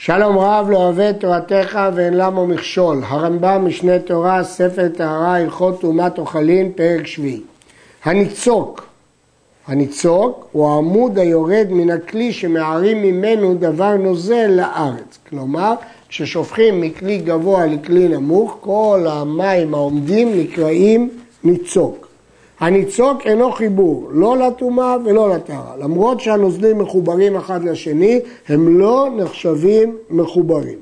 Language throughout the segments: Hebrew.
שלום רב לא אוהב תורתך ואין למה מכשול. הרמב"ם משנה תורה, ספר טהרה, הלכות טומאת אוכלים, פרק שביעי. הניצוק הוא העמוד היורד מן הכלי שמערים ממנו דבר נוזל לארץ. כלומר, כששופכים מכלי גבוה לכלי נמוך, כל המים העומדים נקראים ניצוק. הניצוק אינו חיבור, לא לטומאה ולא לטהרה. למרות שהנוזלים מחוברים אחד לשני, הם לא נחשבים מחוברים.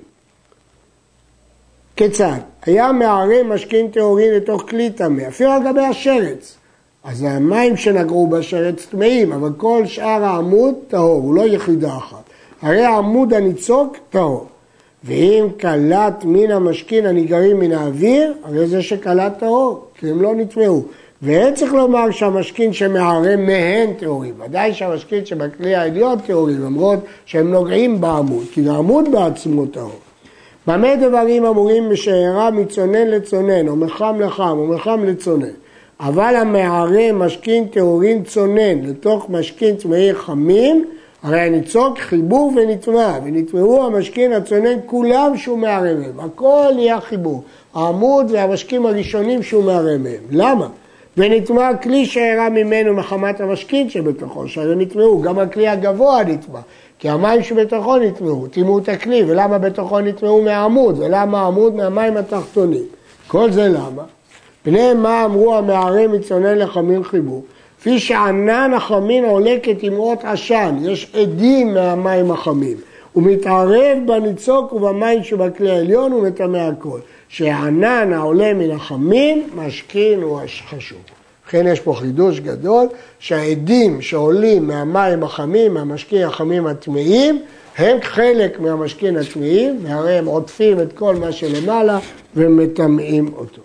כיצד? היה מערם משכין טהורים לתוך כלי טמא, אפילו על גבי השרץ. אז המים שנגעו בשרץ טמאים, אבל כל שאר העמוד טהור, הוא לא יחידה אחת. הרי העמוד הניצוק טהור. ואם קלט מן המשכין הניגרים מן האוויר, הרי זה שקלט טהור, כי הם לא נטמאו. ואין צריך לומר שהמשכין שמערם מהן טהורים. ודאי שהמשכין שבכלי העליון טהורים, למרות שהם נוגעים בעמוד, כי העמוד בעצמו טהור. במה דברים אמורים משארה מצונן לצונן, או מחם לחם, או מחם לצונן. אבל המערם משכין טהורים צונן לתוך משכין טמאי חמים, הרי הניצוק חיבור ונטמא, ונטמאו המשכין הצונן כולם שהוא מערם מהם. הכל נהיה חיבור, העמוד והמשכין הראשונים שהוא מערם מהם. למה? ונטמא כלי שהרע ממנו מחמת המשכין שבתוכו, שהרי נטמאו, גם הכלי הגבוה נטמא, כי המים שבתוכו נטמאו, טימאו את הכלי, ולמה בתוכו נטמאו מהעמוד, ולמה העמוד מהמים התחתונים. כל זה למה? פני מה אמרו המערם מצונן לחמין חיבור? כפי שענן החמין עולה כתמרות עשן, יש עדים מהמים החמים, הוא מתערב בניצוק ובמים שבכלי העליון ומטמא הכל. שהענן העולה מן החמין, משכין הוא חשוב. לכן יש פה חידוש גדול, שהעדים שעולים מהמים החמים, מהמשכין החמים הטמאים, הם חלק מהמשכין הטמאים, והרי הם עוטפים את כל מה שלמעלה ומטמאים אותו.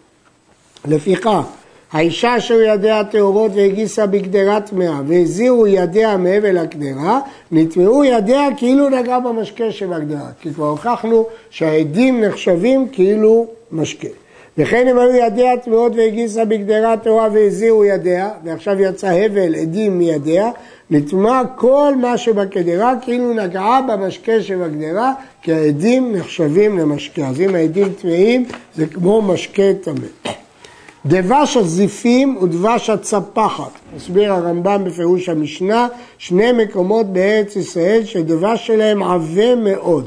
לפיכך, האישה אשר ידיה טהורות והגיסה בגדרה טמאה, והזירו ידיה מעבר לקדרה, נטמאו ידיה כאילו נגעה במשקה שבגדרה. כי כבר הוכחנו שהעדים נחשבים כאילו משקה. וכן הם היו ידיה טמאות והגיסה בגדרה טהורה והזירו ידיה, ועכשיו יצא הבל עדים מידיה, נטמא כל מה שבקדרה כאילו נגעה במשקה שבגדרה, כי העדים נחשבים למשקה. אז אם העדים טמאים זה כמו משקה טמא. דבש הזיפים ודבש הצפחת. מסביר הרמב"ם בפירוש המשנה, שני מקומות בארץ ישראל שדבש שלהם עבה מאוד.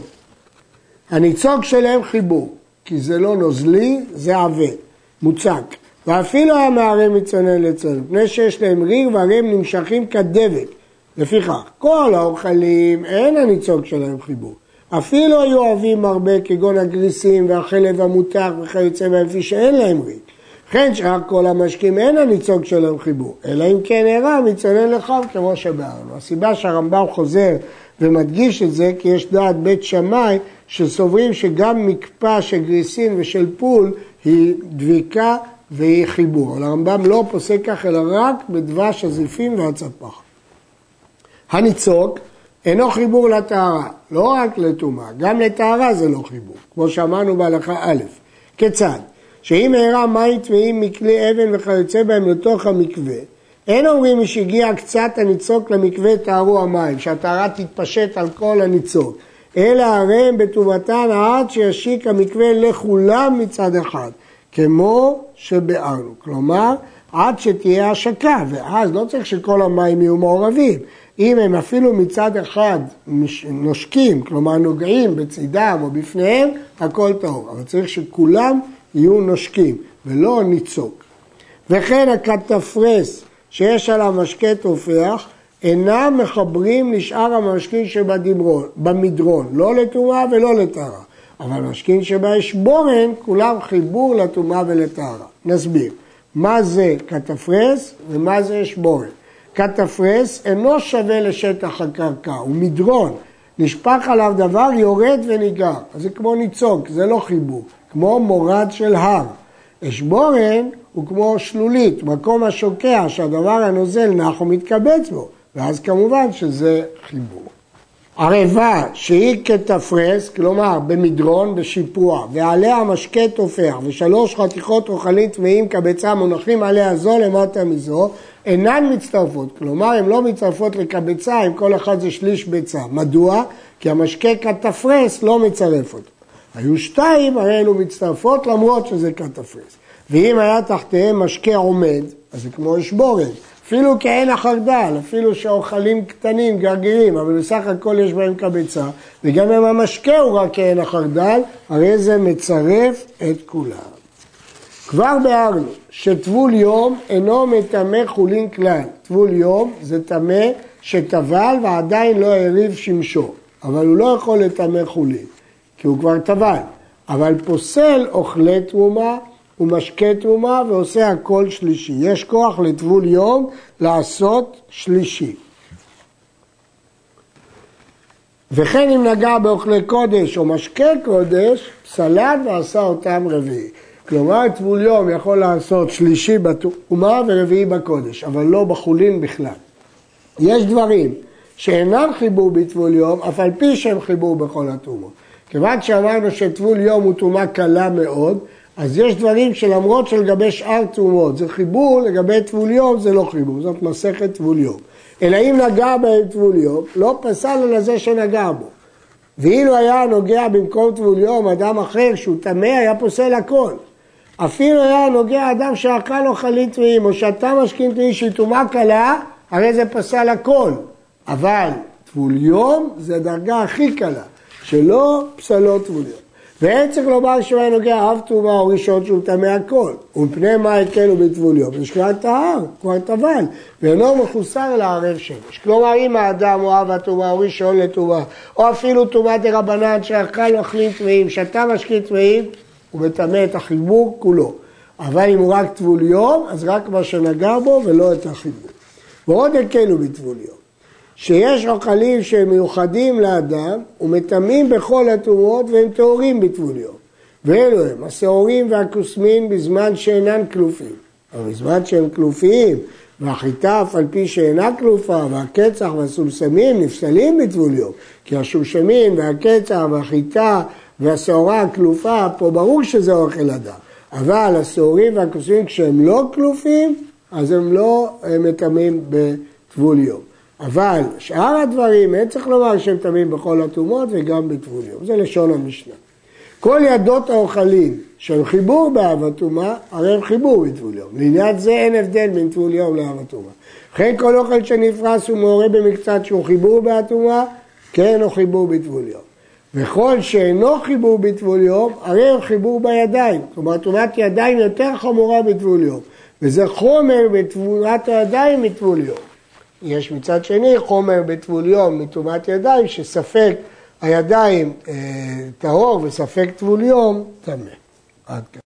הניצוק שלהם חיבור, כי זה לא נוזלי, זה עבה, מוצק. ואפילו היה מערם מצונן לצונן, פני שיש להם ריר והרי הם נמשכים כדבק. לפיכך, כל האוכלים אין הניצוק שלהם חיבור. אפילו היו אוהבים הרבה כגון הגריסים והחלב המותח וכיוצא בהם כפי שאין להם ריר. לכן שאר כל המשקים אין הניצוק שלהם חיבור, אלא אם כן הרע מצונן לחם כמו שבארנו. הסיבה שהרמב"ם חוזר ומדגיש את זה, כי יש דעת בית שמאי שסוברים שגם מקפה של גריסין ושל פול היא דביקה והיא חיבור. אבל הרמב"ם לא פוסק כך אלא רק בדבש הזיפים והצפחת. הניצוק אינו חיבור לטהרה, לא רק לטומאה, גם לטהרה זה לא חיבור, כמו שאמרנו בהלכה א'. כיצד? שאם הערה מים טמאים מכלי אבן וכיוצא בהם לתוך המקווה, אין אומרים שהגיע קצת הניצוק למקווה טהרו המים, שהטהרה תתפשט על כל הניצוק, אלא הרי הם בטומאתן עד שישיק המקווה לכולם מצד אחד, כמו שבארנו. כלומר, עד שתהיה השקה, ואז לא צריך שכל המים יהיו מעורבים. אם הם אפילו מצד אחד נושקים, כלומר נוגעים בצידם או בפניהם, הכל טהור. אבל צריך שכולם יהיו נושקים ולא ניצוק. וכן הכתפרס שיש עליו משקה תופח אינם מחברים לשאר המשקים שבמדרון, לא לטומאה ולא לטהרה. אבל המשקים שבאש בורן כולם חיבור לטומאה ולטהרה. נסביר מה זה כתפרס ומה זה אש בורן. כתפרס אינו שווה לשטח הקרקע, הוא מדרון, נשפך עליו דבר יורד וניגר, אז זה כמו ניצוק, זה לא חיבור. כמו מורד של הר. אש בורן הוא כמו שלולית, מקום השוקע שהדבר הנוזל נח ומתקבץ בו, ואז כמובן שזה חיבור. ערבה שהיא כתפרס, כלומר במדרון, בשיפוע, ועליה משקה תופח, ו3 חתיכות אוכלים טמאים כביצה מונחים עליה זו למטה מזו, אינן מצטרפות, כלומר הן לא מצטרפות לקביצה, אם כל אחד זה שליש ביצה. מדוע? כי המשקה כתפרס לא מצרף אותו. היו 2, הרי אלו מצטרפות למרות שזה כתפרס. ואם היה תחתיהם משקה עומד, אז זה כמו אשבורת. אפילו כעין החרדל, אפילו שאוכלים קטנים, גרגירים, אבל בסך הכל יש בהם קבצה, וגם אם המשקה הוא רק כעין החרדל, הרי זה מצרף את כולם. כבר ביארנו שטבול יום אינו מטמא חולין כלל. טבול יום זה טמא שטבל ועדיין לא הריב שמשו, אבל הוא לא יכול לטמא חולין, כי הוא כבר טבל. אבל פוסל אוכלי תרומה, הוא משקה תרומה ועושה הכל שלישי. יש כוח לטבול יום לעשות שלישי. וכן אם נגע באוכלי קודש או משקה קודש, פסלת ועשה אותם רביעי. כלומר, טבול יום יכול לעשות שלישי בתרומה ורביעי בקודש, אבל לא בחולין בכלל. יש דברים שאינם חיבור בטבול יום, אף על פי שהם חיבור בכל התרומות. כיוון שאמרנו שטבול יום הוא תרומה קלה מאוד, אז יש דברים שלמרות שלגבי שאר תרומות זה חיבור, לגבי טבול יום זה לא חיבור, זאת מסכת טבול יום. אלא אם נגע בהם טבול יום, לא פסל על זה שנגע בו. ואילו היה נוגע במקום טבול יום אדם אחר שהוא טמא, היה פוסל הכל. אפילו היה נוגע אדם שאכל אוכלים טמאים, או שאתה משכין טמאים שהיא תרומה קלה, הרי זה פסל הכל. אבל טבול יום זה הדרגה הכי קלה, שלא פסלות טבול יום. ואין צריך לומר שהוא היה נוגע אף תרומה או ראשון שהוא טמא הכל. ומפני מה הקלו בטבול יום? זה שכבר טהר, כבר טבל, ואינו מחוסר לערב שמש. כלומר, אם האדם הוא אב התרומה או ראשון לתרומה, או אפילו תרומה דרבנן שאכל אוכלים טמאים, שאתה משכין טמאים, הוא מטמא את החיבור כולו. אבל אם הוא רק טבול יום, אז רק מה שנגע בו ולא את החיבור. ועוד הקלו בטבול יום. שיש אוכלים שהם מיוחדים לאדם ומטמאים בכל התרומות והם טהורים בטבול יום. ואלו הם השעורים והכוסמין בזמן שאינן כלופים. אבל בזמן שהם כלופים, והחיטה אף על פי שאינה כלופה, והקצח והסולסמים נפסלים בטבול יום. כי השושמים והקצח והחיטה והשעורה הכלופה, פה ברור שזה אוכל אדם. אבל השעורים והכוסמין כשהם לא כלופים, אז הם לא מטמאים בטבול יום. אבל שאר הדברים, אין צריך לומר שהם טמאים בכל התרומות וגם בטבול יום. זה לשון המשנה. כל ידות האוכלים שהם חיבור באב התרומה, הרי הם חיבור בטבול יום. לעניין זה אין הבדל בין טבול יום לאב התרומה. וכן כל אוכל שנפרס הוא מעורה במקצת שהוא חיבור באב התרומה, כן הוא חיבור בטבול יום. וכל שאינו חיבור בטבול יום, הרי הם חיבור בידיים. כלומר, תרומת ידיים יותר חמורה בטבול יום. וזה חומר בתרומת הידיים מטבול יום. יש מצד שני חומר בטבול יום מתרומת ידיים שספק הידיים טהור וספק טבול יום טמא. עד כאן.